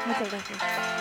Muchas gracias.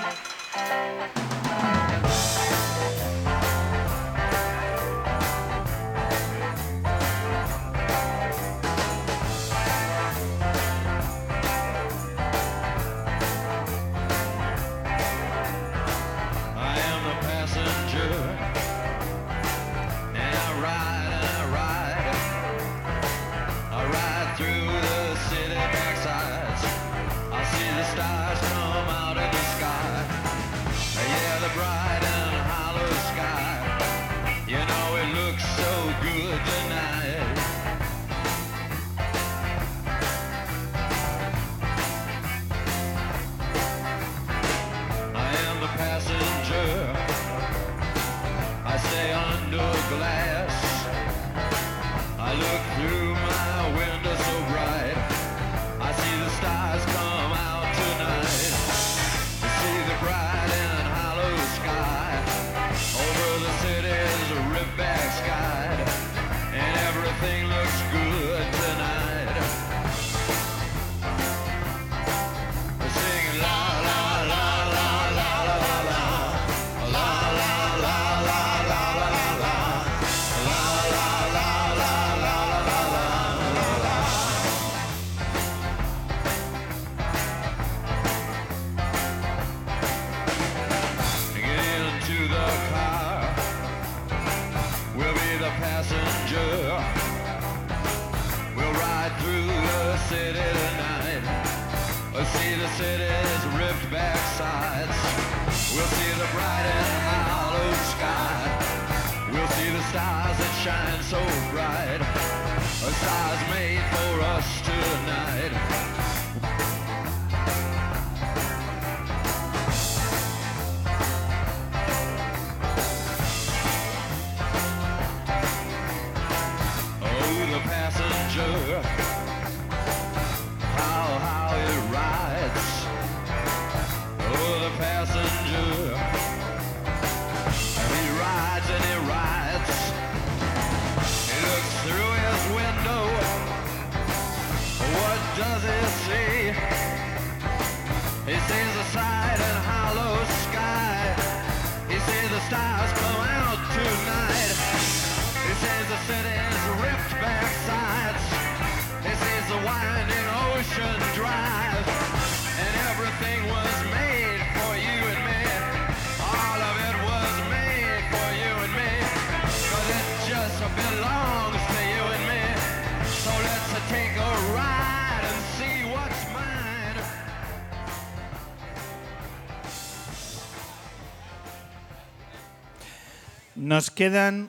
Nos quedan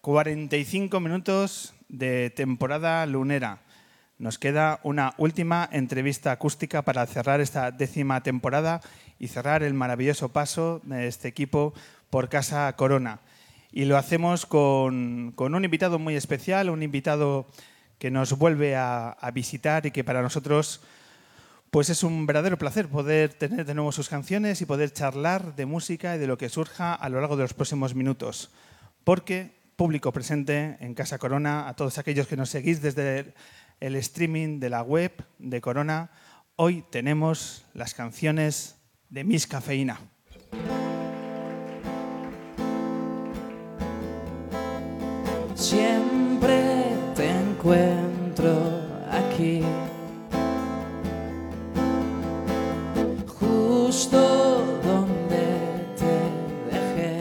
45 minutos de temporada lunera. Nos queda una última entrevista acústica para cerrar esta 10ª temporada y cerrar el maravilloso paso de este equipo por Casa Corona. Y lo hacemos con un invitado muy especial, un invitado que nos vuelve a visitar y que para nosotros pues es un verdadero placer poder tener de nuevo sus canciones y poder charlar de música y de lo que surja a lo largo de los próximos minutos. Porque, público presente en Casa Corona, a todos aquellos que nos seguís desde el streaming de la web de Corona, hoy tenemos las canciones de Miss Cafeína. Siempre te encuentro aquí, justo donde te dejé,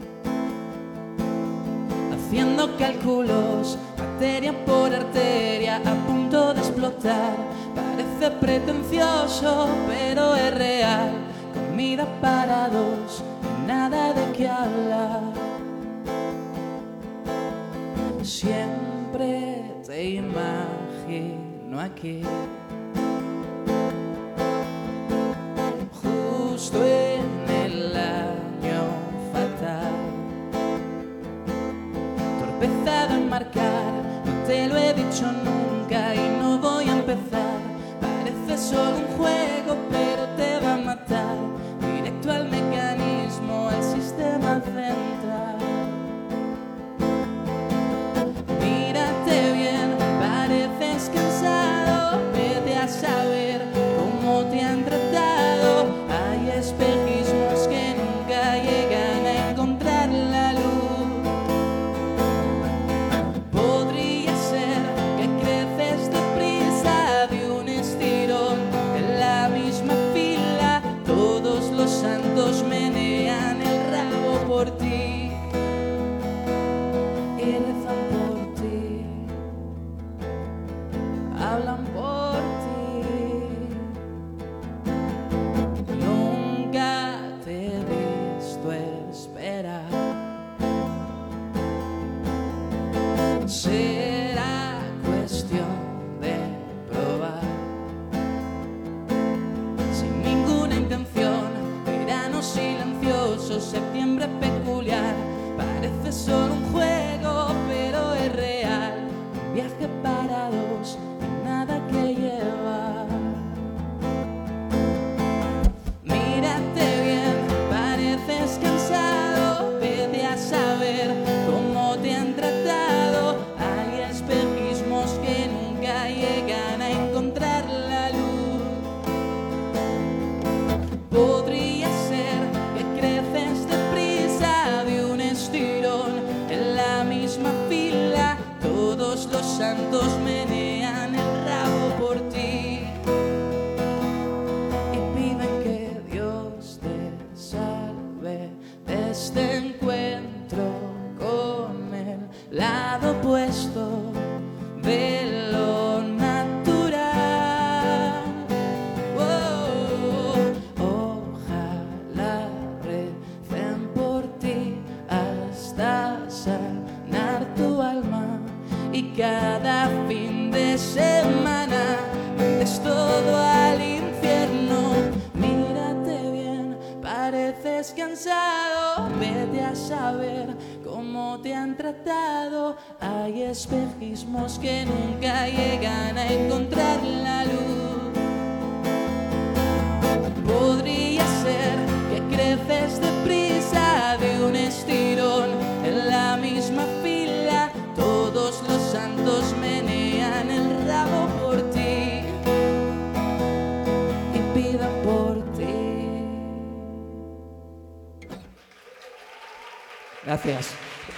haciendo cálculos, arteria por arteria, a punto de explotar. Parece pretencioso, pero es real. Comida para dos, nada de qué hablar. Siempre te imagino aquí, justo en el año fatal, torpeza de enmarcar. No te lo he dicho nunca y no voy a empezar. Parece solo un juego, pero te va a matar. Directo al mecanismo, al sistema central. Mírate bien, pareces cansado, vete caluroso septiembre peculiar. Parece solo un juego, pero es real. Un viaje para dos y nada que llevar. Mírate bien, pareces cansado. Vete a saber cómo te han tratado. Hay espejismos que nunca llegan a encontrar la luz. Podría ser que creces deprisa de un estirón en la misma fila. Todos los santos menean el rabo por ti y piden que Dios te salve de este encuentro con el lado opuesto de lo natural. Ojalá recen por ti hasta sanar tu alma y cada fin de semana mandes todo al infierno. Mírate bien, pareces cansado. Vete a saber cómo te han tratado. Hay espejismos que nunca llegan a encontrar la luz. Podría ser que creces deprisa de un estirón en la misma fila. Todos los santos menean el rabo por ti y pidan por ti. Gracias.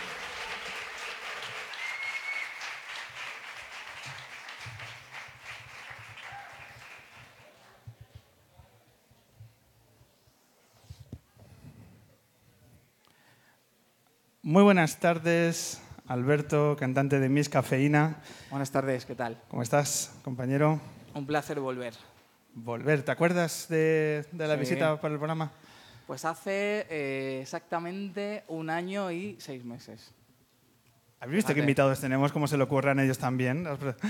Muy buenas tardes, Alberto, cantante de Miss Cafeína. Buenas tardes, ¿qué tal? ¿Cómo estás, compañero? Un placer volver. Volver. ¿Te acuerdas de la Sí. visita para el programa? Pues hace exactamente 1 año y 6 meses. ¿Habéis visto qué Fíjate. invitados tenemos? ¿Cómo se le ocurran ellos también?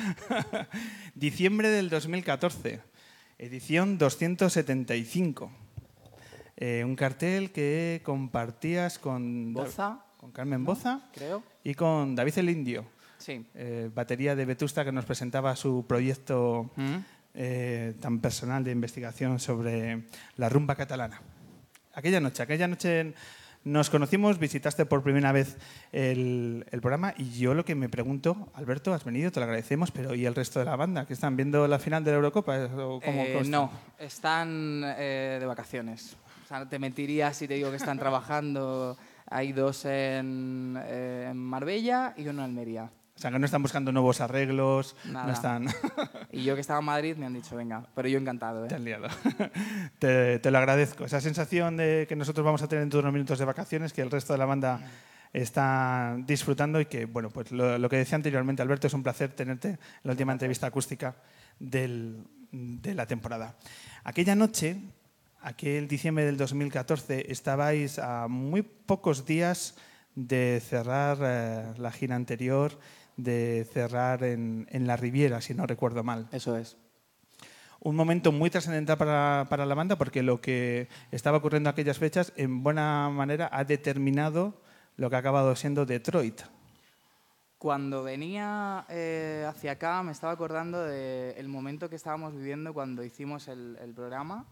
Diciembre del 2014, edición 275. Un cartel que compartías con Boza, con Carmen Boza creo. y con David el Indio, Sí. batería de Vetusta, que nos presentaba su proyecto ¿Mm? tan personal de investigación sobre la rumba catalana. Aquella noche nos conocimos, visitaste por primera vez el programa y yo lo que me pregunto, Alberto, has venido, te lo agradecemos, pero ¿y el resto de la banda? ¿Que están viendo la final de la Eurocopa? ¿O cómo consta? No, están de vacaciones. O sea, no te mentiría si te digo que están trabajando. Hay 2 en Marbella y 1 en Almería. O sea, que no están buscando nuevos arreglos, Nada. no están... Y yo que estaba en Madrid me han dicho, venga, pero yo encantado. Te has liado. Te lo agradezco. Esa sensación de que nosotros vamos a tener dentro de unos minutos de vacaciones, que el resto de la banda está disfrutando y que, bueno, pues lo que decía anteriormente, Alberto, es un placer tenerte en la última entrevista acústica de la temporada. Aquella noche, aquel diciembre del 2014, estabais a muy pocos días de cerrar la gira anterior, de cerrar en la Riviera, si no recuerdo mal. Eso es. Un momento muy trascendental para la banda porque lo que estaba ocurriendo en aquellas fechas en buena manera ha determinado lo que ha acabado siendo Detroit. Cuando venía hacia acá me estaba acordando del momento que estábamos viviendo cuando hicimos el programa.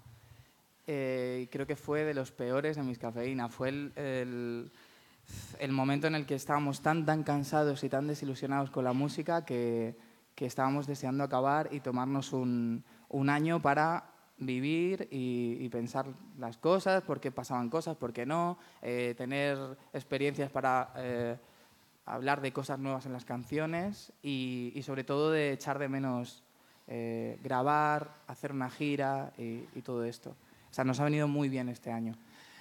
Creo que fue de los peores de Miss Cafeína. Fue el momento en el que estábamos tan cansados y tan desilusionados con la música que estábamos deseando acabar y tomarnos un año para vivir y pensar las cosas, por qué pasaban cosas, por qué no, tener experiencias para hablar de cosas nuevas en las canciones y sobre todo de echar de menos grabar, hacer una gira y todo esto. O sea, nos ha venido muy bien este año.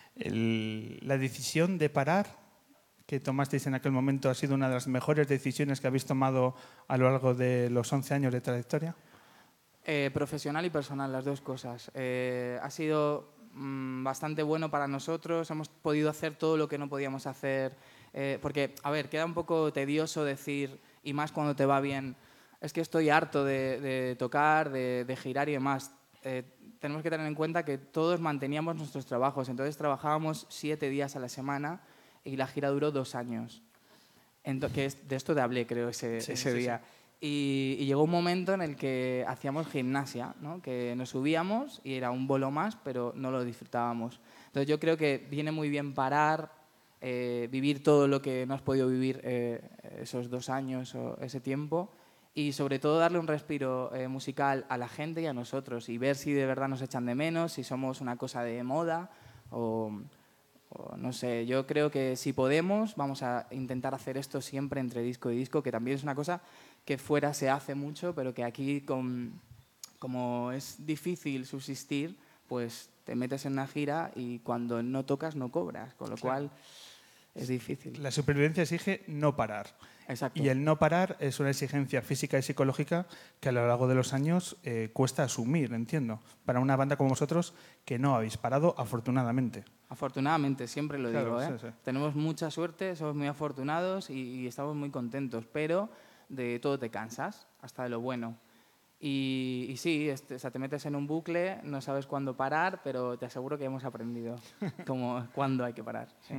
La decisión de parar que tomasteis en aquel momento ha sido una de las mejores decisiones que habéis tomado a lo largo de los 11 años de trayectoria. Profesional y personal, las dos cosas. Ha sido bastante bueno para nosotros, hemos podido hacer todo lo que no podíamos hacer, porque, a ver, queda un poco tedioso decir, y más cuando te va bien, es que estoy harto de tocar, de girar y demás. tenemos que tener en cuenta que todos manteníamos nuestros trabajos, entonces trabajábamos 7 días a la semana y la gira duró 2 años. De esto te hablé, creo, ese día. Sí. Y llegó un momento en el que hacíamos gimnasia, ¿no? Que nos subíamos y era un bolo más, pero no lo disfrutábamos. Entonces yo creo que viene muy bien parar, vivir todo lo que no has podido vivir esos 2 años o ese tiempo, y sobre todo darle un respiro musical a la gente y a nosotros y ver si de verdad nos echan de menos, si somos una cosa de moda o no sé. Yo creo que si podemos vamos a intentar hacer esto siempre entre disco y disco, que también es una cosa que fuera se hace mucho, pero que aquí como es difícil subsistir, pues te metes en una gira y cuando no tocas no cobras, con lo cual es difícil. La supervivencia exige no parar. Exacto. Y el no parar es una exigencia física y psicológica que a lo largo de los años cuesta asumir, entiendo, para una banda como vosotros que no habéis parado, afortunadamente. Afortunadamente, siempre lo digo, ¿eh? Sí. Tenemos mucha suerte, somos muy afortunados y estamos muy contentos, pero de todo te cansas, hasta de lo bueno. Y sí, o sea, te metes en un bucle, no sabes cuándo parar, pero te aseguro que hemos aprendido cuándo hay que parar. Sí.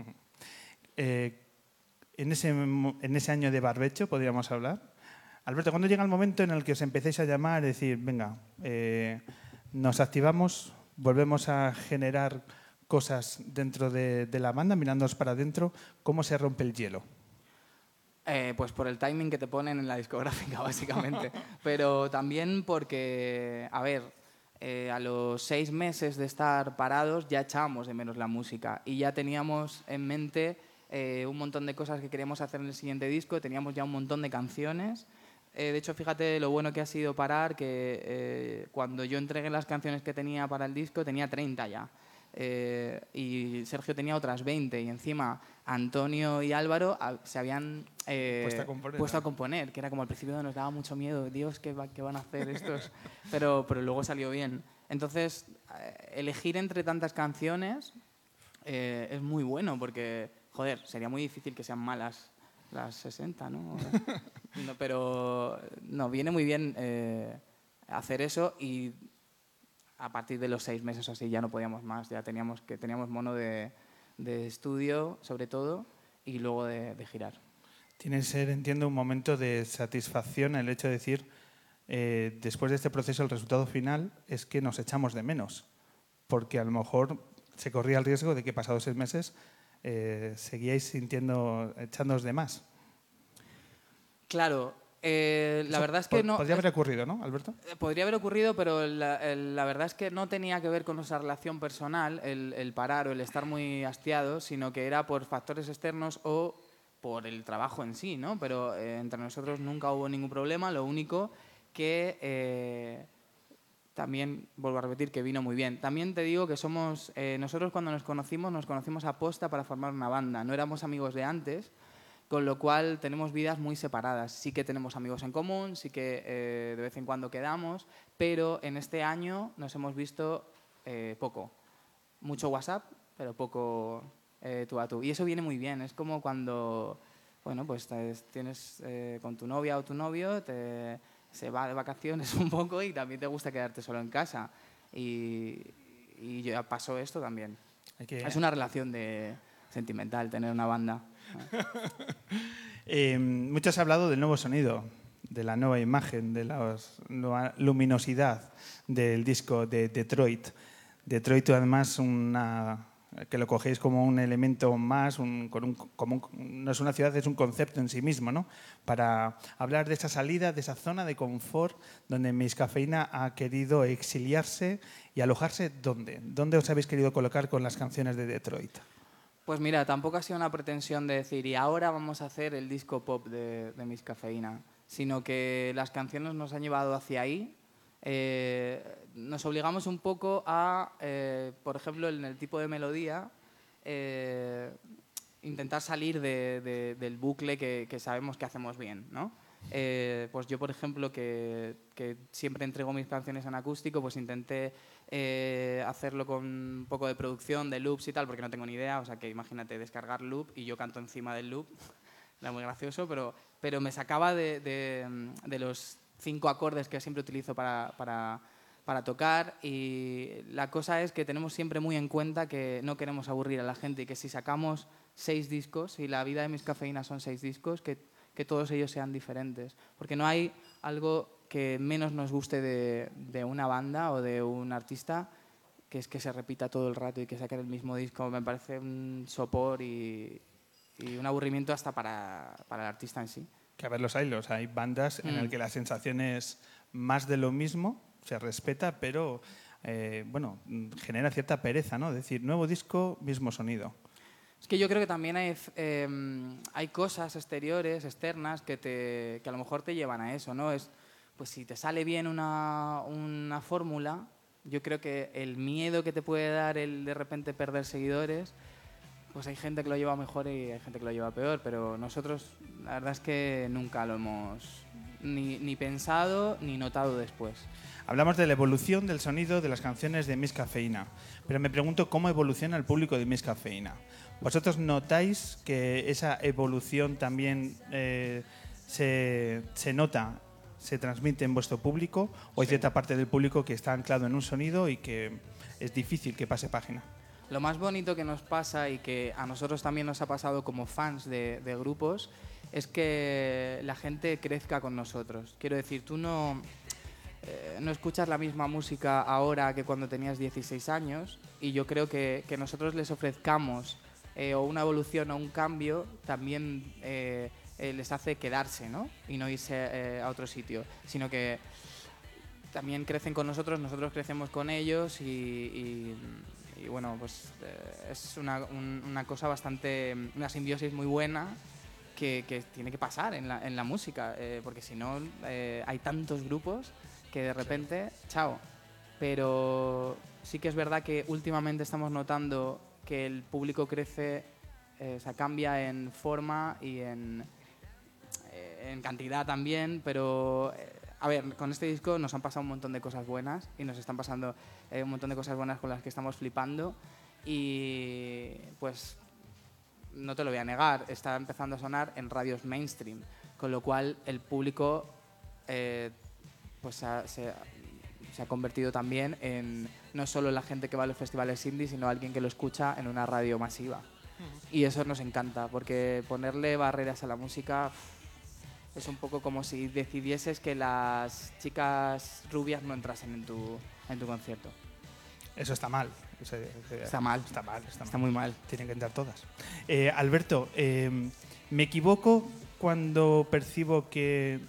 En ese año de barbecho, podríamos hablar. Alberto, ¿cuándo llega el momento en el que os empecéis a llamar y decir, venga, nos activamos, volvemos a generar cosas dentro de la banda, mirándonos para adentro? ¿Cómo se rompe el hielo? Pues por el timing que te ponen en la discográfica, básicamente. Pero también porque, a ver, a los 6 meses de estar parados ya echábamos de menos la música y ya teníamos en mente un montón de cosas que queríamos hacer en el siguiente disco, teníamos ya un montón de canciones. De hecho, fíjate lo bueno que ha sido parar, que cuando yo entregué las canciones que tenía para el disco tenía 30 ya. Y Sergio tenía otras 20 y encima Antonio y Álvaro se habían puesto a componer, que era como al principio nos daba mucho miedo, Dios, ¿qué van a hacer estos? pero luego salió bien. Entonces, elegir entre tantas canciones es muy bueno porque, joder, sería muy difícil que sean malas las 60, ¿no? Pero no, viene muy bien hacer eso y a partir de los 6 meses o así ya no podíamos más, ya teníamos mono de estudio sobre todo y luego de girar. Tiene que ser, entiendo, un momento de satisfacción el hecho de decir, después de este proceso el resultado final es que nos echamos de menos, porque a lo mejor se corría el riesgo de que pasados 6 meses seguíais echándoos de más. Claro. La verdad es que no... Podría haber ocurrido, ¿no, Alberto? Podría haber ocurrido, pero la verdad es que no tenía que ver con nuestra relación personal, el parar o el estar muy hastiados, sino que era por factores externos o por el trabajo en sí, ¿no? Pero entre nosotros nunca hubo ningún problema, lo único que también, vuelvo a repetir, que vino muy bien. También te digo que nosotros cuando nos conocimos a posta para formar una banda, no éramos amigos de antes, con lo cual tenemos vidas muy separadas. Sí que tenemos amigos en común, sí que de vez en cuando quedamos, pero en este año nos hemos visto poco. Mucho WhatsApp, pero poco tú a tú. Y eso viene muy bien. Es como cuando, bueno, pues tienes con tu novia o tu novio, se va de vacaciones un poco y también te gusta quedarte solo en casa. Y ya pasó esto también. Es una relación sentimental tener una banda. Mucho se ha hablado del nuevo sonido, de la nueva imagen, de la nueva luminosidad del disco de Detroit. Detroit, además, que lo cogéis como un elemento más, no es una ciudad, es un concepto en sí mismo, ¿no? Para hablar de esa salida, de esa zona de confort donde Miss Cafeína ha querido exiliarse y alojarse. ¿Dónde os habéis querido colocar con las canciones de Detroit? Pues mira, tampoco ha sido una pretensión de decir y ahora vamos a hacer el disco pop de Miss Cafeína, sino que las canciones nos han llevado hacia ahí. Nos obligamos un poco a, por ejemplo, en el tipo de melodía, intentar salir del bucle que sabemos que hacemos bien, ¿no? Pues yo, por ejemplo, que siempre entrego mis canciones en acústico, pues intenté hacerlo con un poco de producción, de loops y tal, porque no tengo ni idea. O sea, que imagínate descargar loop y yo canto encima del loop. Era muy gracioso, pero me sacaba de los 5 acordes que siempre utilizo para para tocar, y la cosa es que tenemos siempre muy en cuenta que no queremos aburrir a la gente y que si sacamos 6 discos, y la vida de Miss Cafeína son 6 discos, que todos ellos sean diferentes. Porque no hay algo que menos nos guste de una banda o de un artista, que es que se repita todo el rato y que saquen el mismo disco. Me parece un sopor y un aburrimiento hasta para el artista en sí. Que a ver, hay bandas en las que la sensación es más de lo mismo, se respeta, pero bueno, genera cierta pereza, ¿no? Es decir, nuevo disco, mismo sonido. Es que yo creo que también hay cosas exteriores, externas, que a lo mejor te llevan a eso, ¿no? Pues si te sale bien una fórmula, yo creo que el miedo que te puede dar el de repente perder seguidores, pues hay gente que lo lleva mejor y hay gente que lo lleva peor, pero nosotros la verdad es que nunca lo hemos ni pensado ni notado después. Hablamos de la evolución del sonido de las canciones de Miss Cafeína, pero me pregunto cómo evoluciona el público de Miss Cafeína. ¿Vosotros notáis que esa evolución también se nota, se transmite en vuestro público, o hay cierta parte del público que está anclado en un sonido y que es difícil que pase página? Lo más bonito que nos pasa y que a nosotros también nos ha pasado como fans de grupos es que la gente crezca con nosotros. Quiero decir, tú no escuchas la misma música ahora que cuando tenías 16 años, y yo creo que nosotros les ofrezcamos o una evolución o un cambio también les hace quedarse, ¿no? Y no irse a otro sitio, sino que también crecen con nosotros, nosotros crecemos con ellos y bueno, pues es una cosa bastante, una simbiosis muy buena que tiene que pasar en la música, porque si no hay tantos grupos que de repente, chao. Pero sí que es verdad que últimamente estamos notando que el público crece, o sea, cambia en forma y en cantidad también, pero a ver, con este disco nos han pasado un montón de cosas buenas y nos están pasando un montón de cosas buenas con las que estamos flipando, y pues no te lo voy a negar, está empezando a sonar en radios mainstream, con lo cual el público pues se ha convertido también en no solo la gente que va a los festivales indie, sino alguien que lo escucha en una radio masiva. Y eso nos encanta, porque ponerle barreras a la música es un poco como si decidieses que las chicas rubias no entrasen en tu concierto. Eso está mal. Está mal. Está muy mal. Tienen que entrar todas. Alberto, ¿me equivoco cuando percibo que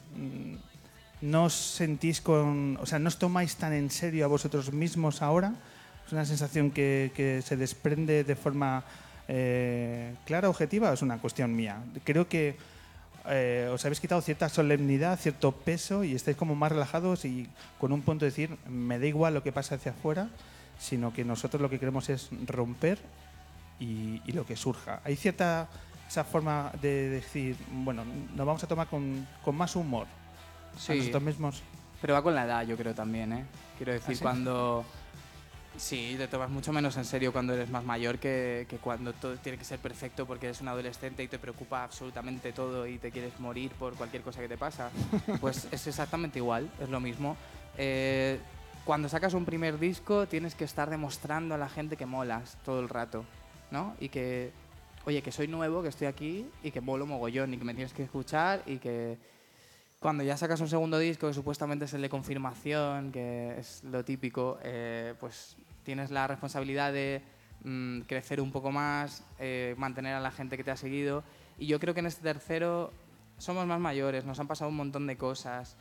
no os sentís o sea, no os tomáis tan en serio a vosotros mismos ahora? ¿Es una sensación que se desprende de forma clara, objetiva, o es una cuestión mía? Creo que os habéis quitado cierta solemnidad, cierto peso, y estáis como más relajados y con un punto de decir, me da igual lo que pasa hacia afuera, sino que nosotros lo que queremos es romper y lo que surja. Hay cierta esa forma de decir, bueno, nos vamos a tomar con más humor a nosotros mismos. Pero va con la edad, yo creo también, ¿eh? Quiero decir, ¿sí? cuando... Sí, te tomas mucho menos en serio cuando eres más mayor que cuando todo tiene que ser perfecto porque eres un adolescente y te preocupa absolutamente todo y te quieres morir por cualquier cosa que te pasa. Pues es exactamente igual, es lo mismo. Cuando sacas un primer disco tienes que estar demostrando a la gente que molas todo el rato, ¿no? Y que, oye, que soy nuevo, que estoy aquí y que molo mogollón y que me tienes que escuchar, y que cuando ya sacas un segundo disco que supuestamente es el de confirmación, que es lo típico, pues tienes la responsabilidad de crecer un poco más, mantener a la gente que te ha seguido. Y yo creo que en este tercero somos más mayores, nos han pasado un montón de cosas.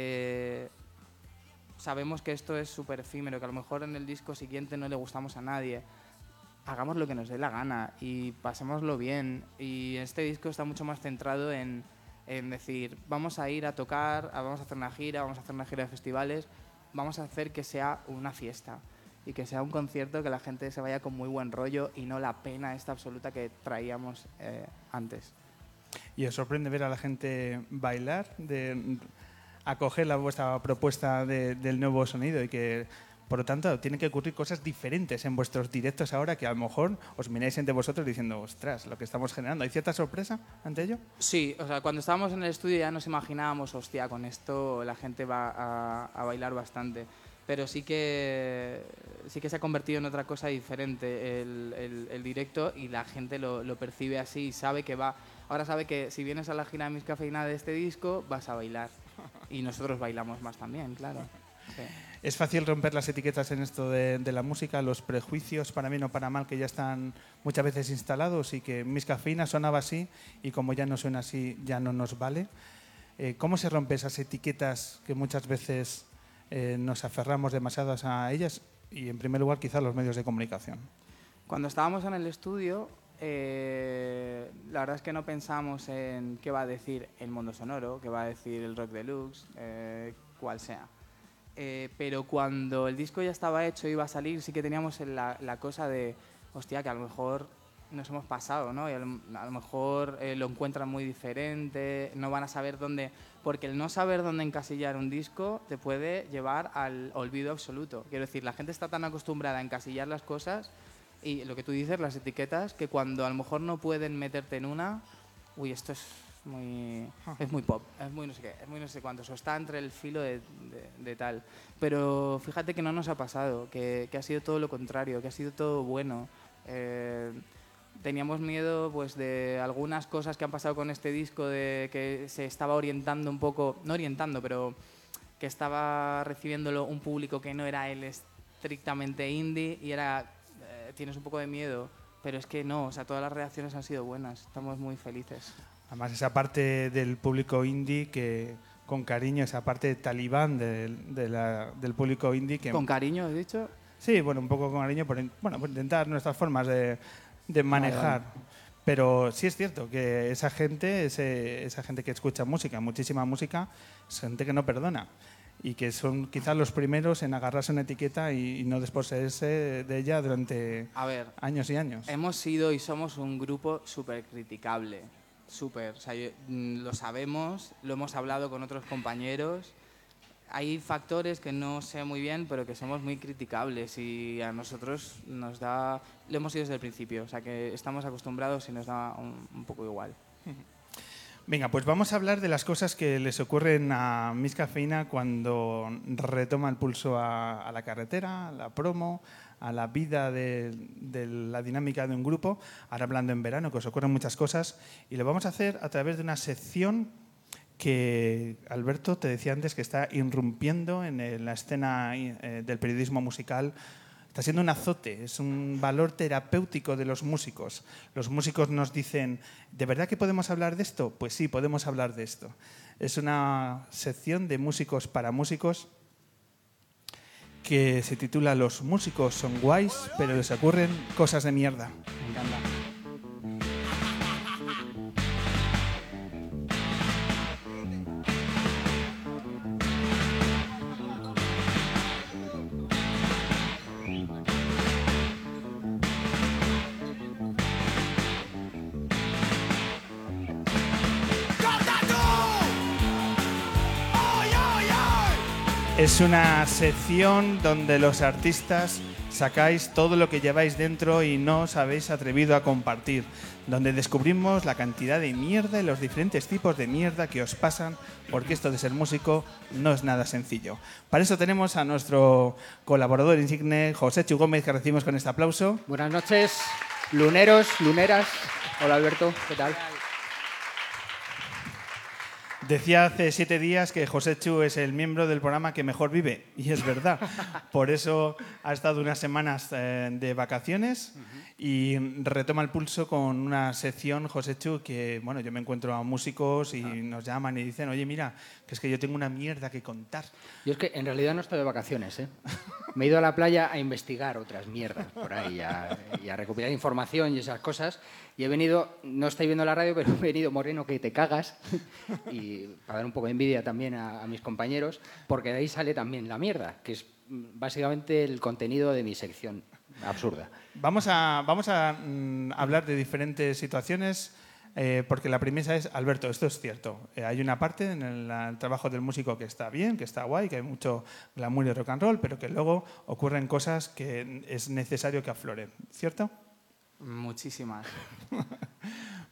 Sabemos que esto es súper efímero, que a lo mejor en el disco siguiente no le gustamos a nadie. Hagamos lo que nos dé la gana y pasémoslo bien. Y este disco está mucho más centrado en decir, vamos a ir a tocar, vamos a hacer una gira de festivales, vamos a hacer que sea una fiesta y que sea un concierto que la gente se vaya con muy buen rollo y no la pena esta absoluta que traíamos antes. ¿Y os sorprende ver a la gente bailar, de acoger vuestra propuesta del nuevo sonido, y que por lo tanto tienen que ocurrir cosas diferentes en vuestros directos ahora, que a lo mejor os miráis entre vosotros diciendo, ostras, lo que estamos generando? ¿Hay cierta sorpresa ante ello? Sí, o sea, cuando estábamos en el estudio ya nos imaginábamos, hostia, con esto la gente va a bailar bastante. pero sí que se ha convertido en otra cosa diferente el directo, y la gente lo percibe así y sabe que va. Ahora sabe que si vienes a la gira de Mis Cafeína de este disco, vas a bailar. Y nosotros bailamos más también, claro. Sí. Es fácil romper las etiquetas en esto de la música, los prejuicios, para bien o para mal, que ya están muchas veces instalados, y que Mis Cafeína sonaba así y como ya no suena así, ya no nos vale. ¿Cómo se rompen esas etiquetas que muchas veces nos aferramos demasiado a ellas? Y en primer lugar, quizás los medios de comunicación. Cuando estábamos en el estudio, la verdad es que no pensamos en qué va a decir el mundo sonoro, qué va a decir el Rock Deluxe, cual sea. Pero cuando el disco ya estaba hecho y iba a salir, sí que teníamos la cosa de, hostia, que a lo mejor nos hemos pasado, ¿no? Y a lo mejor lo encuentran muy diferente, no van a saber dónde... Porque el no saber dónde encasillar un disco te puede llevar al olvido absoluto. Quiero decir, la gente está tan acostumbrada a encasillar las cosas y lo que tú dices, las etiquetas, que cuando a lo mejor no pueden meterte en una, uy, esto es muy pop, es muy no sé qué, es muy no sé cuántos, o está entre el filo de tal. Pero fíjate que no nos ha pasado, que ha sido todo lo contrario, que ha sido todo bueno. Teníamos miedo pues de algunas cosas que han pasado con este disco, de que se estaba orientando un poco, no orientando, pero que estaba recibiéndolo un público que no era el estrictamente indie, y era tienes un poco de miedo, pero es que no, o sea, todas las reacciones han sido buenas, estamos muy felices. Además, esa parte del público indie que, con cariño, esa parte talibán del público indie que... ¿Con cariño, has dicho? Sí, bueno, un poco con cariño por intentar nuestras formas de manejar. Pero sí es cierto que esa gente que escucha música, muchísima música, es gente que no perdona. Y que son quizás los primeros en agarrarse una etiqueta y no desposeerse de ella durante años y años. Hemos sido y somos un grupo súper criticable. Súper. O sea, lo sabemos, lo hemos hablado con otros compañeros. Hay factores que no sé muy bien, pero que somos muy criticables, y a nosotros nos da... Lo hemos sido desde el principio, o sea que estamos acostumbrados y nos da un poco igual. Venga, pues vamos a hablar de las cosas que les ocurren a Mis Cafeína cuando retoma el pulso a la carretera, a la promo, a la vida de la dinámica de un grupo. Ahora hablando en verano, que os ocurren muchas cosas, y lo vamos a hacer a través de una sección que, Alberto, te decía antes que está irrumpiendo en la escena del periodismo musical. Está siendo un azote, es un valor terapéutico de los músicos. Los músicos nos dicen, ¿de verdad que podemos hablar de esto? Pues sí, podemos hablar de esto. Es una sección de músicos para músicos que se titula Los músicos son guays, pero les ocurren cosas de mierda. Me encanta. Es una sección donde los artistas sacáis todo lo que lleváis dentro y no os habéis atrevido a compartir, donde descubrimos la cantidad de mierda y los diferentes tipos de mierda que os pasan, porque esto de ser músico no es nada sencillo. Para eso tenemos a nuestro colaborador insigne, Joséchu Gómez, que recibimos con este aplauso. Buenas noches, luneros, luneras. Hola Alberto, ¿qué tal? Decía hace 7 días que Joséchu es el miembro del programa que mejor vive, y es verdad. Por eso ha estado unas semanas de vacaciones y retoma el pulso con una sección, Joséchu, que bueno, yo me encuentro a músicos y nos llaman y dicen, oye, mira, que es que yo tengo una mierda que contar. Yo es que en realidad no estoy de vacaciones, ¿eh? Me he ido a la playa a investigar otras mierdas por ahí y a recopilar información y esas cosas. Y he venido, no estáis viendo la radio, pero he venido moreno que te cagas, y para dar un poco de envidia también a mis compañeros, porque de ahí sale también la mierda, que es básicamente el contenido de mi sección absurda. Vamos a hablar de diferentes situaciones, porque la premisa es, Alberto, esto es cierto, hay una parte en el trabajo del músico que está bien, que está guay, que hay mucho glamour y rock and roll, pero que luego ocurren cosas que es necesario que afloren, ¿cierto? Muchísimas.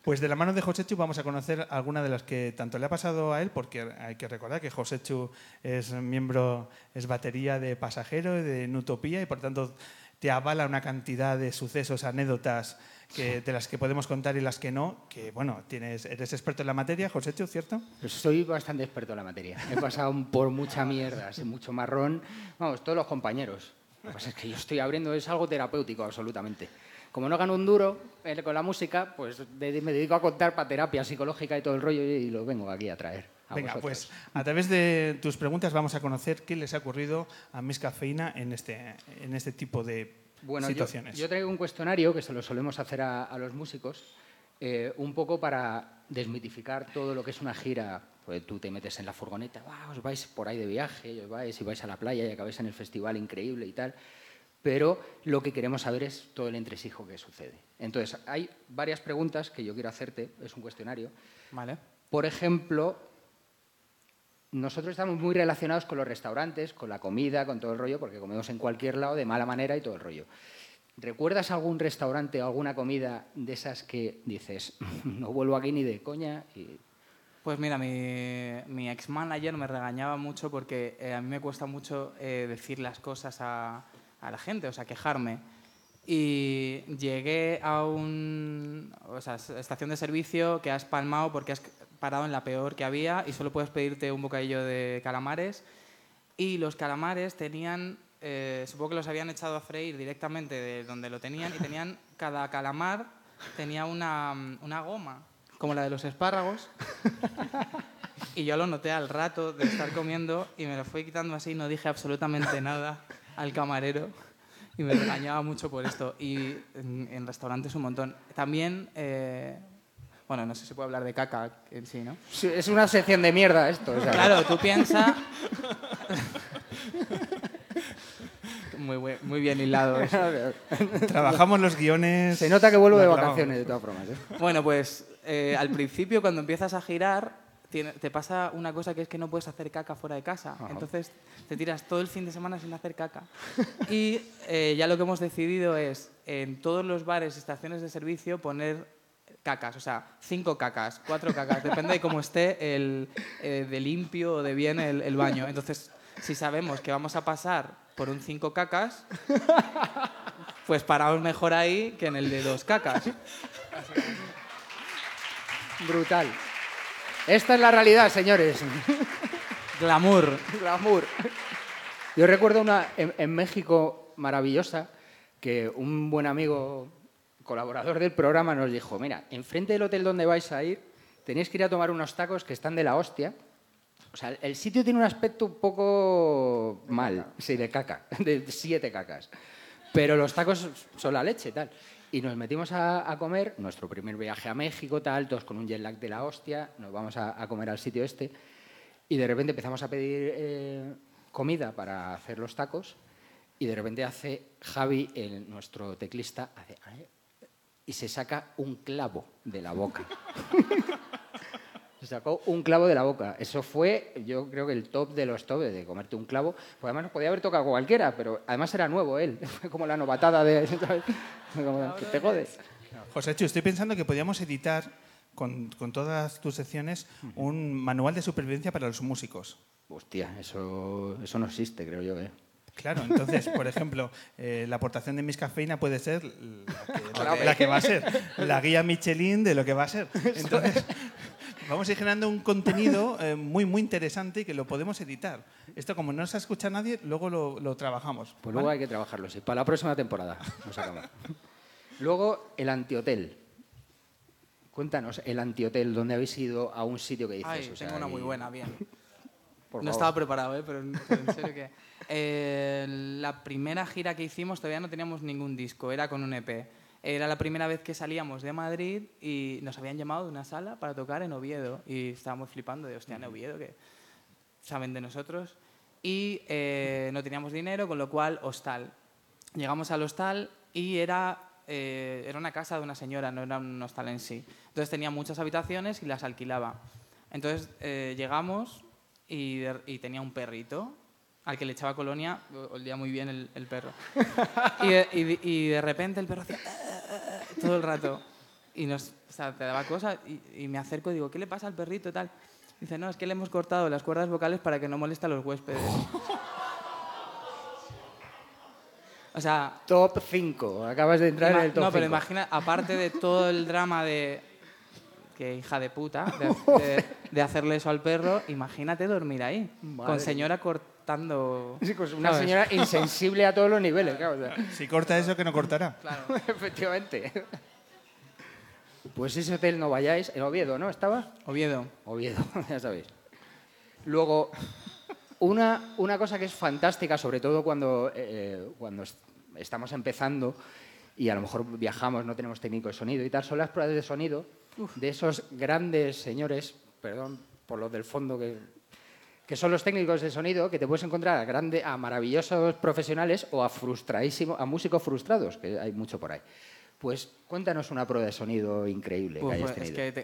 Pues de la mano de Josechu vamos a conocer alguna de las que tanto le ha pasado a él, porque hay que recordar que Josechu es batería de Pasajero, de Nutopía, y por tanto te avala una cantidad de sucesos, anécdotas de las que podemos contar y las que no, que bueno, eres experto en la materia, Josechu, ¿cierto? Pues soy bastante experto en la materia. He pasado por mucha mierda, sé mucho marrón. Vamos, todos los compañeros. Lo que pasa es que yo estoy abriendo, es algo terapéutico absolutamente. Como no gano un duro con la música, pues me dedico a contar para terapia psicológica y todo el rollo y lo vengo aquí a traer. Venga, pues a través de tus preguntas vamos a conocer qué les ha ocurrido a Miss Cafeína en este tipo de situaciones. Yo traigo un cuestionario que se lo solemos hacer a los músicos, un poco para desmitificar todo lo que es una gira. Pues tú te metes en la furgoneta, os vais por ahí de viaje, os vais a la playa y acabáis en el festival increíble y tal. Pero lo que queremos saber es todo el entresijo que sucede. Entonces, hay varias preguntas que yo quiero hacerte, es un cuestionario. Vale. Por ejemplo, nosotros estamos muy relacionados con los restaurantes, con la comida, con todo el rollo, porque comemos en cualquier lado de mala manera y todo el rollo. ¿Recuerdas algún restaurante o alguna comida de esas que dices, no vuelvo aquí ni de coña? Pues mira, mi ex-manager me regañaba mucho porque a mí me cuesta mucho decir las cosas a la gente, o sea, quejarme. Y llegué a estación de servicio que has palmado porque has parado en la peor que había y solo puedes pedirte un bocadillo de calamares. Y los calamares tenían, supongo que los habían echado a freír directamente de donde lo tenían, y cada calamar tenía una goma, como la de los espárragos. Y yo lo noté al rato de estar comiendo y me lo fui quitando así, no dije absolutamente nada al camarero y me regañaba mucho por esto. Y en restaurantes un montón. También, bueno, no sé si puedo hablar de caca en sí, ¿no? Sí, es una sección de mierda esto. O sea, claro, tú piensas... Muy bien hilado eso. Trabajamos los guiones... Se nota que vuelvo de vacaciones, de todas formas. Bueno, pues al principio, cuando empiezas a girar, te pasa una cosa que es que no puedes hacer caca fuera de casa. Ajá. Entonces te tiras todo el fin de semana sin hacer caca. Y ya lo que hemos decidido es, en todos los bares y estaciones de servicio, poner cacas. O sea, 5 cacas, 4 cacas. Depende de cómo esté de limpio o de bien el baño. Entonces, si sabemos que vamos a pasar por un 5 cacas, pues paramos mejor ahí que en el de 2 cacas. Brutal. Esta es la realidad, señores. Glamour. Glamour. Yo recuerdo una en México maravillosa que un buen amigo, colaborador del programa, nos dijo, mira, enfrente del hotel donde vais a ir tenéis que ir a tomar unos tacos que están de la hostia. O sea, el sitio tiene un aspecto un poco mal, sí, de caca, de 7 cacas. Pero los tacos son la leche, tal. Y nos metimos a comer, nuestro primer viaje a México, tal, todos con un jet lag de la hostia, nos vamos a comer al sitio este, y de repente empezamos a pedir comida para hacer los tacos, y de repente hace Javi, nuestro teclista, y se saca un clavo de la boca. Se sacó un clavo de la boca. Eso fue, yo creo que el top de los tops de comerte un clavo. Pues además nos podía haber tocado cualquiera, pero además era nuevo él. Fue como la novatada de... Como, te jodes. Joséchu, estoy pensando que podríamos editar con todas tus secciones un manual de supervivencia para los músicos. Hostia, eso no existe, creo yo, ¿eh? Claro, entonces, por ejemplo, la aportación de Miss Cafeína puede ser la que va a ser, la guía Michelin de lo que va a ser. Entonces, vamos a ir generando un contenido muy, muy interesante y que lo podemos editar. Esto, como no se escucha nadie, luego lo trabajamos. Pues luego hay que trabajarlo, sí. Para la próxima temporada nos acaba. Luego, el antihotel. Cuéntanos, el antihotel, ¿dónde habéis ido a un sitio que dices? Ay, tengo una muy buena, bien. No estaba preparado, pero en serio que... la primera gira que hicimos todavía no teníamos ningún disco, era con un EP. Era la primera vez que salíamos de Madrid y nos habían llamado de una sala para tocar en Oviedo. Y estábamos flipando de, hostia, en Oviedo, que saben de nosotros. Y no teníamos dinero, con lo cual, hostal. Llegamos al hostal y era una casa de una señora, no era un hostal en sí. Entonces tenía muchas habitaciones y las alquilaba. Entonces llegamos y tenía un perrito al que le echaba colonia, olía muy bien el perro. Y de repente el perro hacía todo el rato. Y o sea, te daba cosas y me acerco y digo, ¿qué le pasa al perrito y tal? Dice, no, es que le hemos cortado las cuerdas vocales para que no moleste a los huéspedes. O sea... Top 5. Acabas de entrar en el top 5. No, pero imagina, aparte de todo el drama de... Que hija de puta, de hacerle eso al perro, imagínate dormir ahí, con señora cortando... Sí, pues una señora insensible a todos los niveles, claro. O sea. Si corta eso, que no cortará. Claro. Efectivamente. Pues ese hotel no vayáis. En Oviedo, ¿no? ¿Estaba? Oviedo, ya sabéis. Luego, una cosa que es fantástica, sobre todo cuando estamos empezando y a lo mejor viajamos, no tenemos técnico de sonido y tal, son las pruebas de sonido de esos grandes señores, perdón por los del fondo, que son los técnicos de sonido, que te puedes encontrar a maravillosos profesionales o a músicos frustrados, que hay mucho por ahí. Pues cuéntanos una prueba de sonido increíble que hayas tenido. Es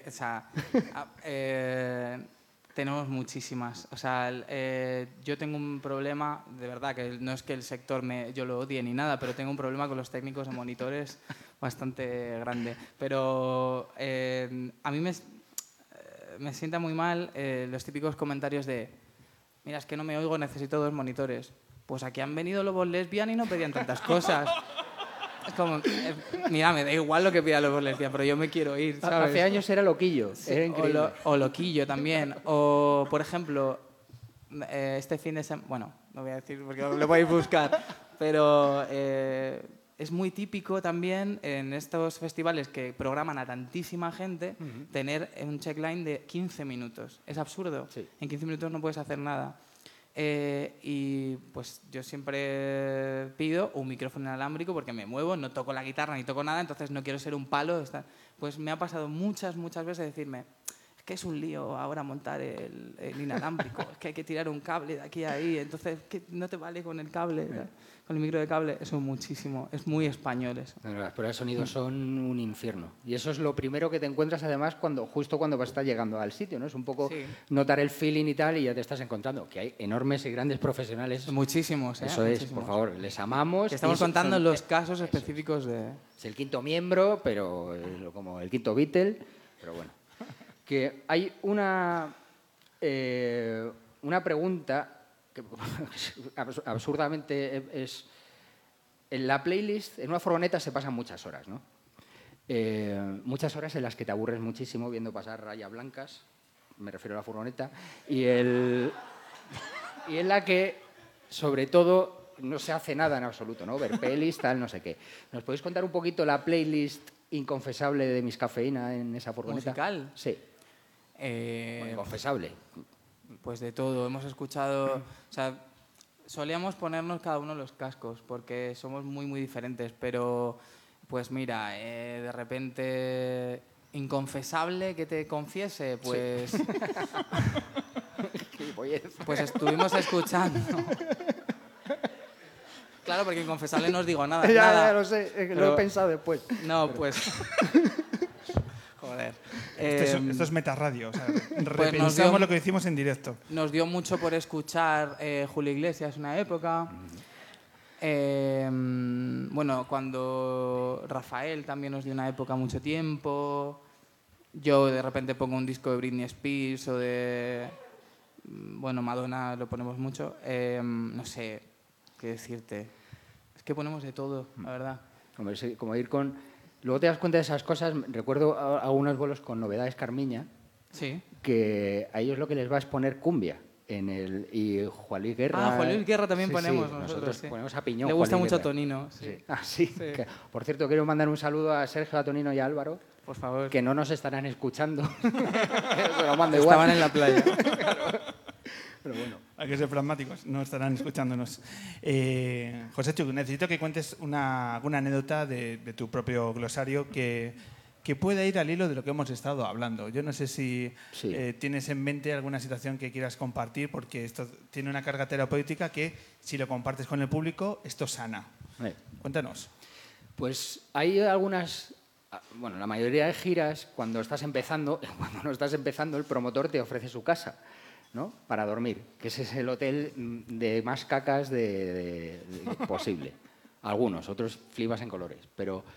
que, tenemos muchísimas. O sea, yo tengo un problema, de verdad, que no es que el sector yo lo odie ni nada, pero tengo un problema con los técnicos de monitores bastante grande. Pero a mí me sienta muy mal los típicos comentarios de mira, es que no me oigo, necesito 2 monitores. Pues aquí han venido lobos lesbian y no pedían tantas cosas. Es como, mira, me da igual lo que pida lobos lesbian, pero yo me quiero ir, ¿sabes? Hace años era loquillo, Sí, era increíble. o loquillo también. O, por ejemplo, este fin de semana... Bueno, no voy a decir porque lo podéis buscar. Pero es muy típico también en estos festivales que programan a tantísima gente tener un checkline de 15 minutos. Es absurdo. Sí. En 15 minutos no puedes hacer nada. Y pues yo siempre pido un micrófono inalámbrico porque me muevo, no toco la guitarra ni toco nada, entonces no quiero ser un palo. Pues me ha pasado muchas veces decirme, es que es un lío ahora montar el inalámbrico, es que hay que tirar un cable de aquí a ahí, entonces ¿qué no te vale con el cable? Con el micro de cable, eso muchísimo, es muy español eso. No, las pruebas de sonido son un infierno. Y eso es lo primero que te encuentras además justo cuando vas a estar llegando al sitio, ¿no? Es un poco notar el feeling y tal y ya te estás encontrando que hay enormes y grandes profesionales. Muchísimos, ¿eh? Eso muchísimos. es, por favor, les amamos. Que estamos contando los casos específicos de... Es el 5º miembro, pero como el 5º Beatle, pero bueno. Que hay una pregunta que absurdamente es... En la playlist, en una furgoneta se pasan muchas horas, ¿no? Muchas horas en las que te aburres muchísimo viendo pasar rayas blancas, me refiero a la furgoneta, y en la que, sobre todo, no se hace nada en absoluto, ¿no? Ver pelis, tal, no sé qué. ¿Nos podéis contar un poquito la playlist inconfesable de Miss Cafeína en esa furgoneta? ¿Musical? Sí. Inconfesable. Pues de todo. Hemos escuchado... O sea, solíamos ponernos cada uno los cascos porque somos muy diferentes, pero pues mira, de repente... Inconfesable que te confiese, pues... Sí. Pues estuvimos escuchando... Claro, porque inconfesable no os digo nada. Ya lo sé, lo he pensado después. No, pues... Joder. Esto es metarradio, o sea, repensamos lo que hicimos en directo. Nos dio mucho por escuchar Julio Iglesias una época. Bueno, cuando Rafael también nos dio una época mucho tiempo. Yo de repente pongo un disco de Britney Spears o de... Bueno, Madonna lo ponemos mucho. No sé qué decirte. Es que ponemos de todo, la verdad. Hombre, como ir con... Luego te das cuenta de esas cosas. Recuerdo algunos vuelos con Novedades Carmiña, sí, que a ellos lo que les va es poner cumbia. Y Juan Luis Guerra... Ah, Juan Luis Guerra también sí, ponemos sí, nosotros. Sí. Ponemos a piñón. Le gusta Juan Luis mucho Guerra. Tonino. Sí. Sí. Ah, sí. Sí. Que, por cierto, quiero mandar un saludo a Sergio, a Tonino y a Álvaro. Por favor. Que no nos estarán escuchando. Se lo mando igual. Estaban en la playa. Claro. Pero bueno. Hay que ser pragmáticos, no estarán escuchándonos. José Chu, necesito que cuentes alguna anécdota de tu propio glosario que pueda ir al hilo de lo que hemos estado hablando. Yo no sé si tienes en mente alguna situación que quieras compartir, porque esto tiene una carga terapéutica que, si lo compartes con el público, esto sana. Cuéntanos. Pues hay algunas... Bueno, la mayoría de giras, cuando no estás empezando, el promotor te ofrece su casa, ¿no? Para dormir, que ese es el hotel de más cacas posible. Algunos, otros flipas en colores. Pero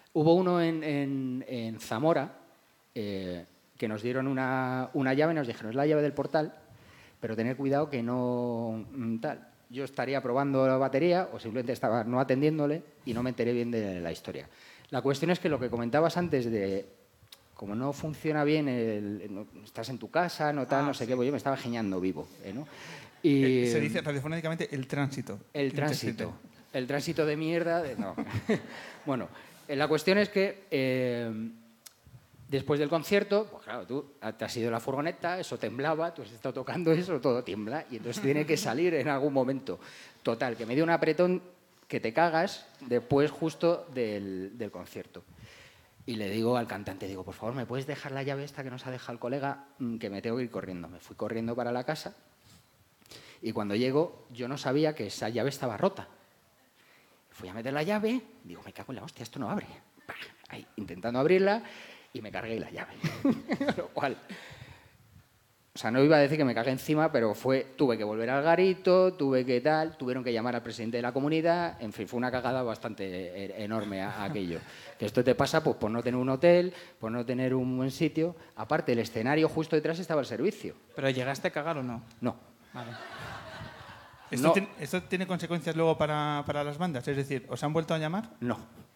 Hubo uno en Zamora que nos dieron una llave, nos dijeron, es la llave del portal, pero tener cuidado que no tal. Yo estaría probando la batería o simplemente estaba no atendiéndole y no me enteré bien de la historia. La cuestión es que lo que comentabas antes de, como no funciona bien, no, estás en tu casa, no tal, no sé qué, pues yo me estaba geñando vivo, ¿no? Y, se dice radiofónicamente el tránsito. El tránsito. El tránsito de mierda. No. Bueno, la cuestión es que después del concierto, pues claro, tú te has ido a la furgoneta, eso temblaba, tú has estado tocando eso, todo tiembla y entonces tiene que salir en algún momento. Total, que me dio un apretón que te cagas después justo del concierto. Y le digo al cantante, digo, por favor, ¿me puedes dejar la llave esta que nos ha dejado el colega? Que me tengo que ir corriendo. Me fui corriendo para la casa y cuando llego yo no sabía que esa llave estaba rota. Fui a meter la llave, digo, me cago en la hostia, esto no abre. Ahí, intentando abrirla y me cargué la llave. Lo cual, o sea, no iba a decir que me cagué encima, pero tuve que volver al garito, tuvieron que llamar al presidente de la comunidad, en fin, fue una cagada bastante enorme aquello. Que esto te pasa pues por no tener un hotel, por no tener un buen sitio. Aparte, el escenario justo detrás estaba el servicio. ¿Pero llegaste a cagar o no? No. Vale. ¿Esto tiene consecuencias luego para las bandas? Es decir, ¿os han vuelto a llamar? No.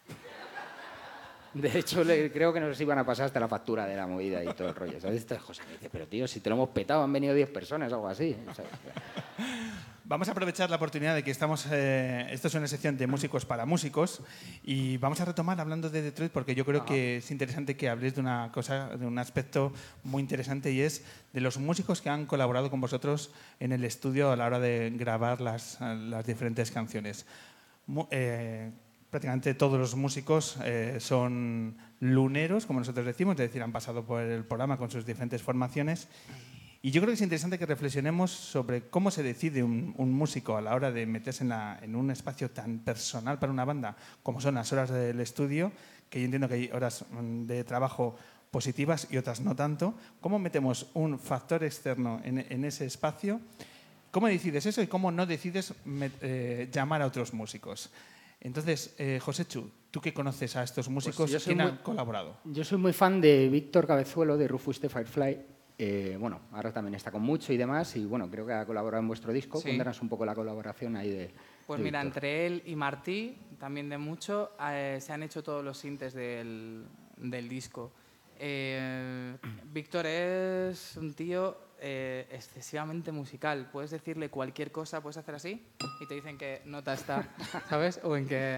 De hecho, creo que nos iban a pasar hasta la factura de la movida y todo el rollo. ¿Sabes? Estas cosas que dices, pero tío, si te lo hemos petado, han venido 10 personas o algo así. ¿Sabes? Vamos a aprovechar la oportunidad de que estamos... esto es una sección de músicos para músicos y vamos a retomar hablando de Detroit porque yo creo que es interesante que habléis de una cosa, de un aspecto muy interesante y es de los músicos que han colaborado con vosotros en el estudio a la hora de grabar las diferentes canciones. Prácticamente todos los músicos son luneros, como nosotros decimos, es decir, han pasado por el programa con sus diferentes formaciones. Y yo creo que es interesante que reflexionemos sobre cómo se decide un músico a la hora de meterse en un espacio tan personal para una banda como son las horas del estudio, que yo entiendo que hay horas de trabajo positivas y otras no tanto. ¿Cómo metemos un factor externo en ese espacio? ¿Cómo decides eso y cómo no decides llamar a otros músicos? Entonces, Joséchu, tú que conoces a estos músicos, pues ¿quién ha colaborado? Yo soy muy fan de Víctor Cabezuelo, de Rufus the Firefly. Bueno, ahora también está con Mucho y demás, y bueno, creo que ha colaborado en vuestro disco. Sí. Cuéntanos un poco la colaboración ahí de Pues de mira, Víctor. entre él y Martí, también de Mucho, se han hecho todos los sintes del disco. Víctor es un tío excesivamente musical. Puedes decirle cualquier cosa, puedes hacer así y te dicen qué nota está, ¿sabes? O en qué...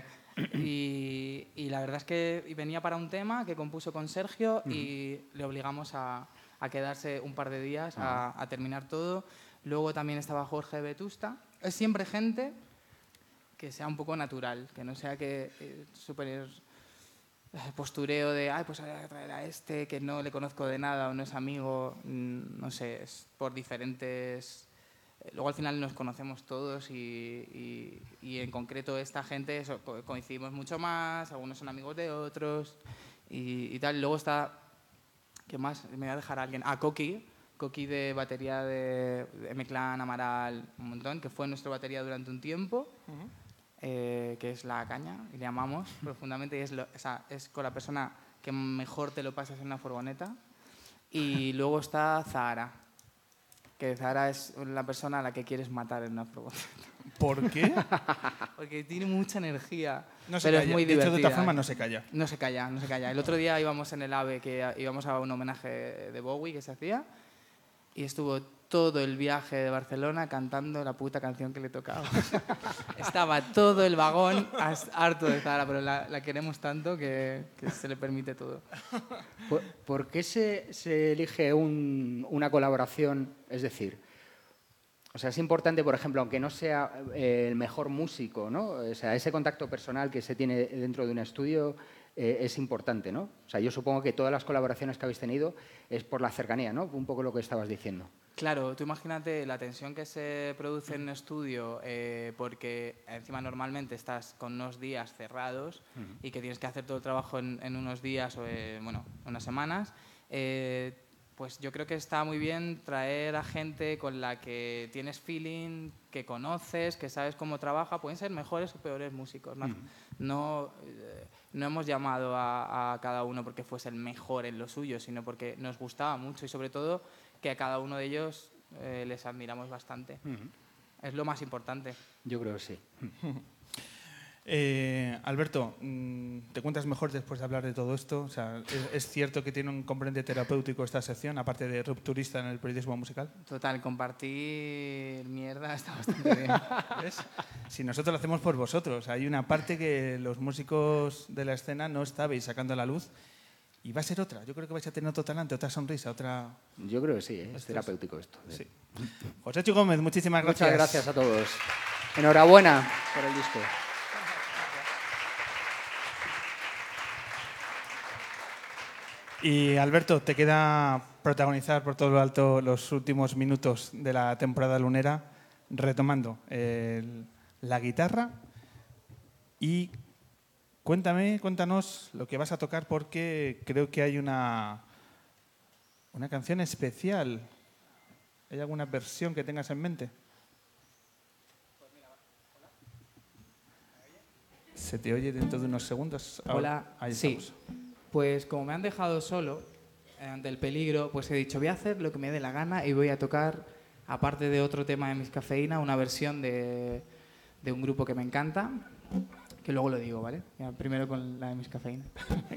Y la verdad es que venía para un tema que compuso con Sergio y le obligamos a quedarse un par de días a terminar todo. Luego también estaba Jorge Vetusta. Es siempre gente que sea un poco natural, que no sea que súper postureo de, ay, pues voy a traer a este que no le conozco de nada o no es amigo, no sé, es por diferentes... Luego al final nos conocemos todos y en concreto esta gente coincidimos mucho más, algunos son amigos de otros y tal. Luego está, ¿qué más? Me voy a dejar a alguien. Coqui de batería de M-Clan, Amaral, un montón, que fue nuestra batería durante un tiempo. Que es la caña, y le amamos profundamente, y es con la persona que mejor te lo pasas en una furgoneta. Y luego está Zahara, que Zahara es la persona a la que quieres matar en una furgoneta. ¿Por qué? Porque tiene mucha energía, No se pero calla. es muy De hecho, divertida. de otra forma, no se calla. No se calla, no se calla. El otro día íbamos en el AVE, que íbamos a un homenaje de Bowie que se hacía, y estuvo todo el viaje de Barcelona cantando la puta canción que le tocaba. Estaba todo el vagón harto de Zahara, pero la queremos tanto que se le permite todo. ¿Por qué se elige una colaboración? Es decir, o sea, es importante, por ejemplo, aunque no sea el mejor músico, ¿no? O sea, ese contacto personal que se tiene dentro de un estudio es importante, ¿no? O sea, yo supongo que todas las colaboraciones que habéis tenido es por la cercanía, ¿no? Un poco lo que estabas diciendo. Claro, tú imagínate la tensión que se produce en un estudio porque encima normalmente estás con unos días cerrados y que tienes que hacer todo el trabajo en unos días o, bueno, unas semanas. pues yo creo que está muy bien traer a gente con la que tienes feeling, que conoces, que sabes cómo trabaja. Pueden ser mejores o peores músicos. No hemos llamado a cada uno porque fuese el mejor en lo suyo, sino porque nos gustaba mucho y sobre todo que a cada uno de ellos les admiramos bastante. Es lo más importante. Yo creo que sí. Alberto, ¿te cuentas mejor después de hablar de todo esto? O sea, ¿es cierto que tiene un componente terapéutico esta sección, aparte de rupturista en el periodismo musical? Total, compartir mierda está bastante bien. ¿Ves? Si nosotros lo hacemos por vosotros, hay una parte que los músicos de la escena no estabais sacando a la luz y va a ser otra. Yo creo que vais a tener otro talante, otra sonrisa, otra... Yo creo que sí, es terapéutico esto. Sí. Joséchu Gómez, muchísimas gracias. Muchas gracias a todos. Enhorabuena por el disco. Y Alberto, te queda protagonizar por todo lo alto los últimos minutos de la temporada lunera, retomando la guitarra. Y cuéntanos lo que vas a tocar, porque creo que hay una canción especial. ¿Hay alguna versión que tengas en mente? Se te oye dentro de unos segundos. Hola, ahí sí. estamos. Pues como me han dejado solo ante el peligro, pues he dicho, voy a hacer lo que me dé la gana y voy a tocar, aparte de otro tema de Miss Cafeína, una versión de un grupo que me encanta, que luego lo digo, ¿vale? Ya, primero con la de Miss Cafeína.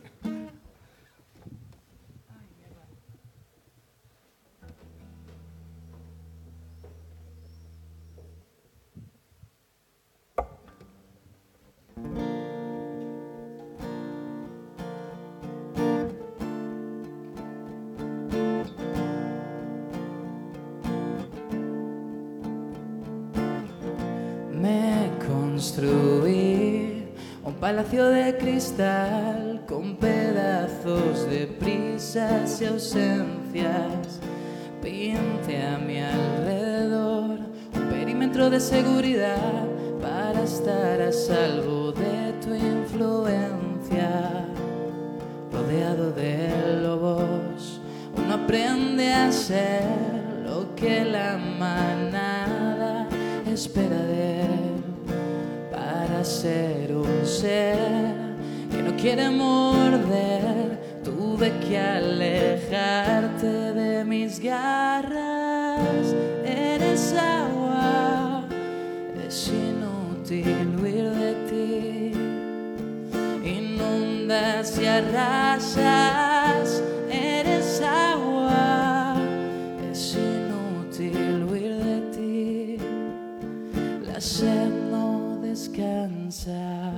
Me construí un palacio de cristal con pedazos de prisas y ausencias. Pinté a mi alrededor un perímetro de seguridad para estar a salvo de tu influencia. Rodeado de lobos, uno aprende a ser lo que la manada espera de él, para ser un ser que no quiere morder. Tuve que alejarte de mis garras. Eres agua, es inútil huir de ti. Inundas y arrasas. Eres agua, es inútil huir de ti. La sed no descansa.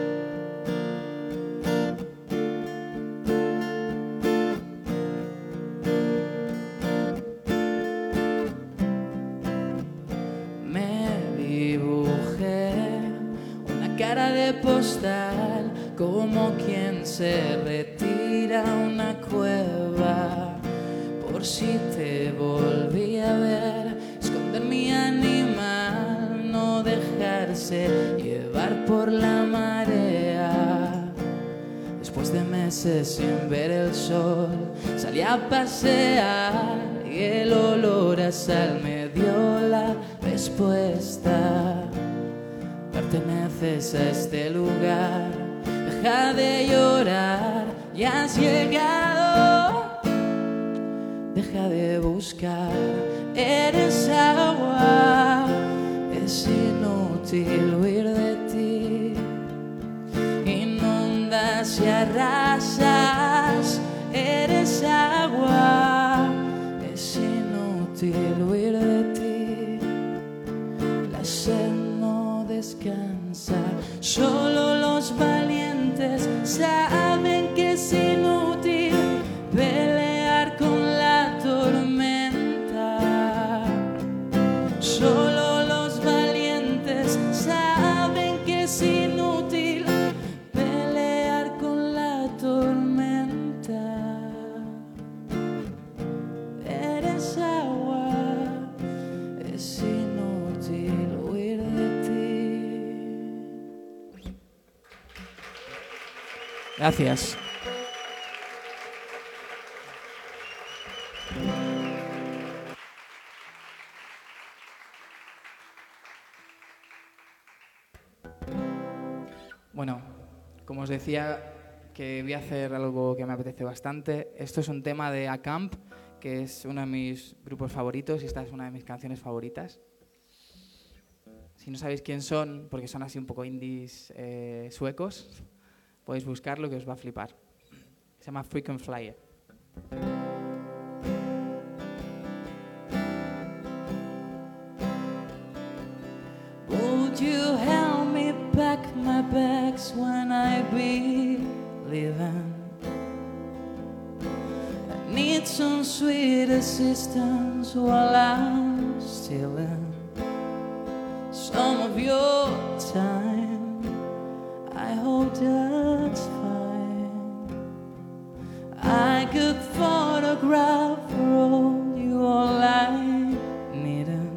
Me dibujé una cara de postal, como quien se retira a una cueva. Por si te volví a ver, esconder mi animal, no dejarse llevar por la marea. Después de meses sin ver el sol, salí a pasear y el olor a sal me dio la respuesta. Perteneces a este lugar, deja de llorar, ya has llegado. Deja de buscar, eres agua, es inútil huir de ti. Inundas y arrasas, eres agua, es inútil huir de ti. La sed no descansa, solo los valientes saben que es inútil pelear con la tormenta. Solo los valientes saben que es inútil pelear con la tormenta. Eres agua, es inútil huir de ti. Gracias. os decía que voy a hacer algo que me apetece bastante. Esto es un tema de Acamp, que es uno de mis grupos favoritos y esta es una de mis canciones favoritas. Si no sabéis quién son, porque son así un poco indies suecos, podéis buscarlo que os va a flipar. Se llama Frequent Flyer. Would you help me pack my bags when I be leaving? I need some sweet assistance while I'm stealing some of your time. I hope that's fine. I could photograph for you all I needed.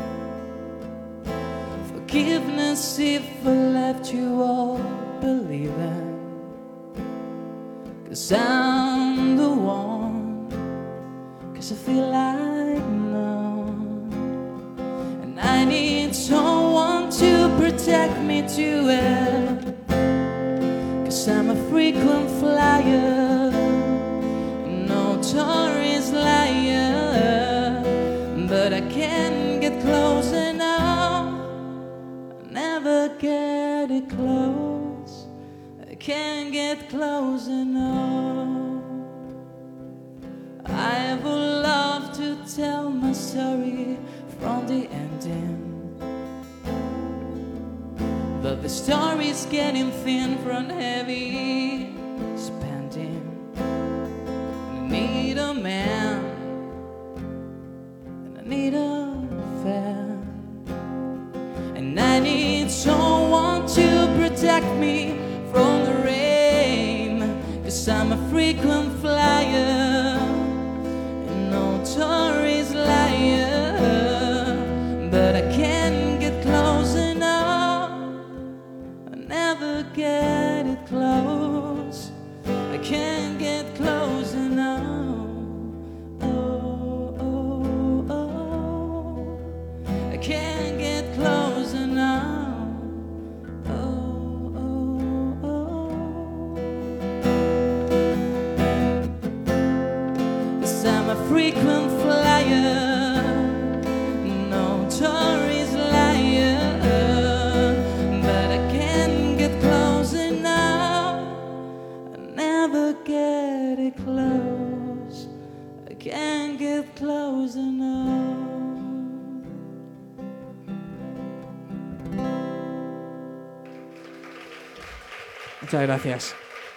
Forgiveness if I left you all believing, 'cause I'm the one, 'cause I feel like none. And I need someone to protect me to it, 'cause I'm a frequent flyer, notorious liar. But I can't get close enough, never get it close. I can't get close enough. I would love to tell my story from the ending, but the story's getting thin from heavy spending. I need a man, and I need a fan, and I need someone to protect me from the rain, 'cause I'm a frequent flyer, a notorious liar. But I can't get close enough, I never get it close. I can't get close enough. Oh, oh, oh. I can't get close enough. Oh, oh, oh. 'Cause I'm a frequent flyer, notorious liar. But I can't get close enough, I never get it close. I can't get close enough. Muchas gracias.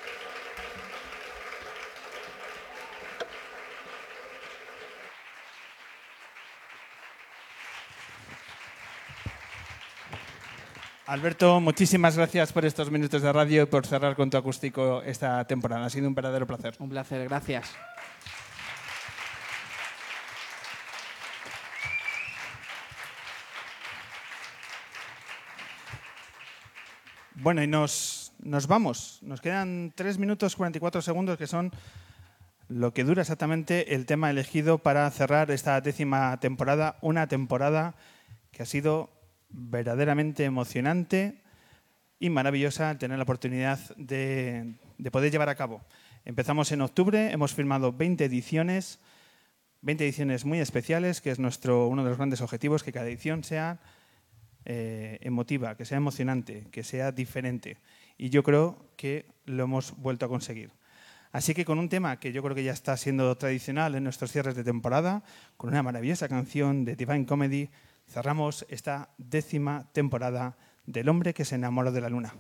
Alberto, muchísimas gracias por estos minutos de radio y por cerrar con tu acústico esta temporada. Ha sido un verdadero placer. Un placer, gracias. Bueno, y nos vamos. Nos quedan 3 minutos 44 segundos, que son lo que dura exactamente el tema elegido para cerrar esta 10ª temporada. Una temporada que ha sido verdaderamente emocionante y maravillosa al tener la oportunidad de poder llevar a cabo. Empezamos en octubre, hemos firmado 20 ediciones muy especiales, que es uno de los grandes objetivos, que cada edición sea emotiva, que sea emocionante, que sea diferente. Y yo creo que lo hemos vuelto a conseguir. Así que con un tema que yo creo que ya está siendo tradicional en nuestros cierres de temporada, con una maravillosa canción de Divine Comedy, cerramos esta 10ª temporada del hombre que se enamoró de la luna.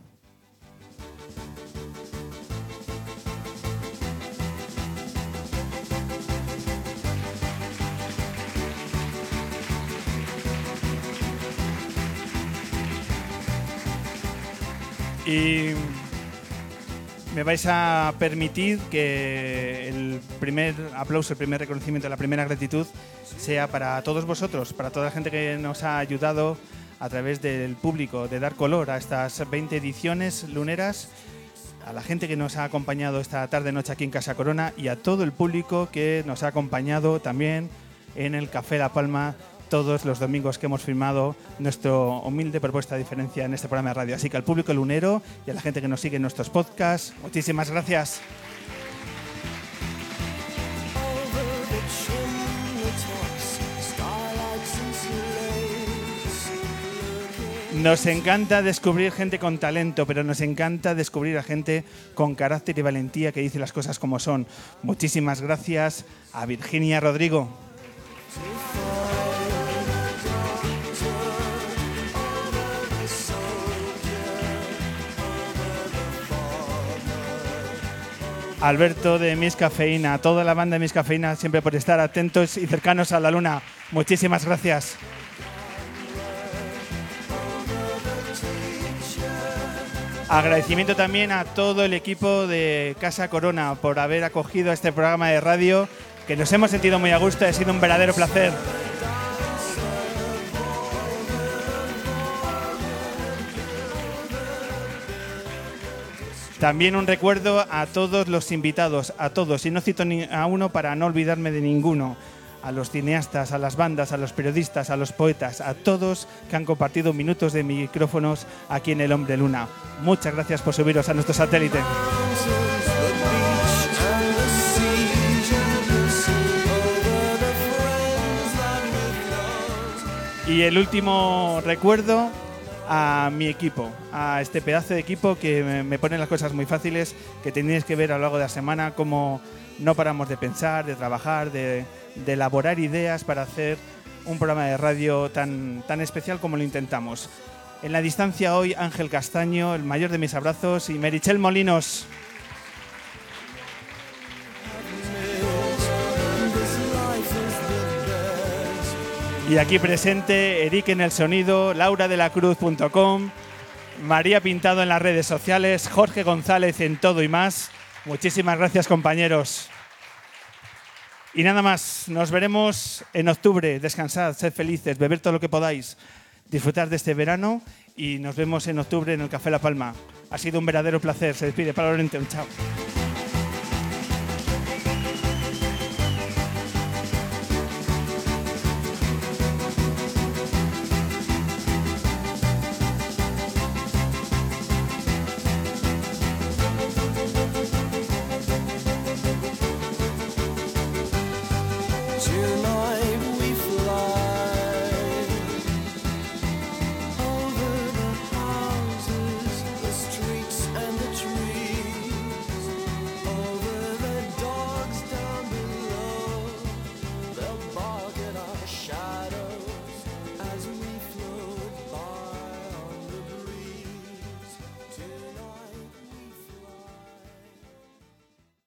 Y me vais a permitir que el primer aplauso, el primer reconocimiento, la primera gratitud sea para todos vosotros, para toda la gente que nos ha ayudado a través del público, de dar color a estas 20 ediciones luneras, a la gente que nos ha acompañado esta tarde-noche aquí en Casa Corona y a todo el público que nos ha acompañado también en el Café La Palma todos los domingos que hemos firmado nuestra humilde propuesta de diferencia en este programa de radio. Así que al público lunero y a la gente que nos sigue en nuestros podcasts, muchísimas gracias. Nos encanta descubrir gente con talento, pero nos encanta descubrir a gente con carácter y valentía que dice las cosas como son. Muchísimas gracias a Virginia Rodrigo. Alberto de Miss Cafeína, a toda la banda de Miss Cafeína, siempre por estar atentos y cercanos a la luna. Muchísimas gracias. Agradecimiento también a todo el equipo de Casa Corona por haber acogido este programa de radio, que nos hemos sentido muy a gusto, ha sido un verdadero placer. También un recuerdo a todos los invitados, a todos, y no cito a uno para no olvidarme de ninguno. A los cineastas, a las bandas, a los periodistas, a los poetas, a todos que han compartido minutos de micrófonos aquí en El Hombre Luna. Muchas gracias por subiros a nuestro satélite. Y el último recuerdo a mi equipo, a este pedazo de equipo que me pone las cosas muy fáciles, que tenéis que ver a lo largo de la semana cómo no paramos de pensar, de trabajar, de elaborar ideas para hacer un programa de radio tan especial como lo intentamos. En la distancia hoy, Ángel Castaño, el mayor de mis abrazos, y Meritxell Molinos. Y aquí presente, Eric en el sonido, lauradelacruz.com, María Pintado en las redes sociales, Jorge González en todo y más. Muchísimas gracias, compañeros. Y nada más, nos veremos en octubre. Descansad, sed felices, beber todo lo que podáis, disfrutar de este verano y nos vemos en octubre en el Café La Palma. Ha sido un verdadero placer. Se despide Pablo Lorente. Chao.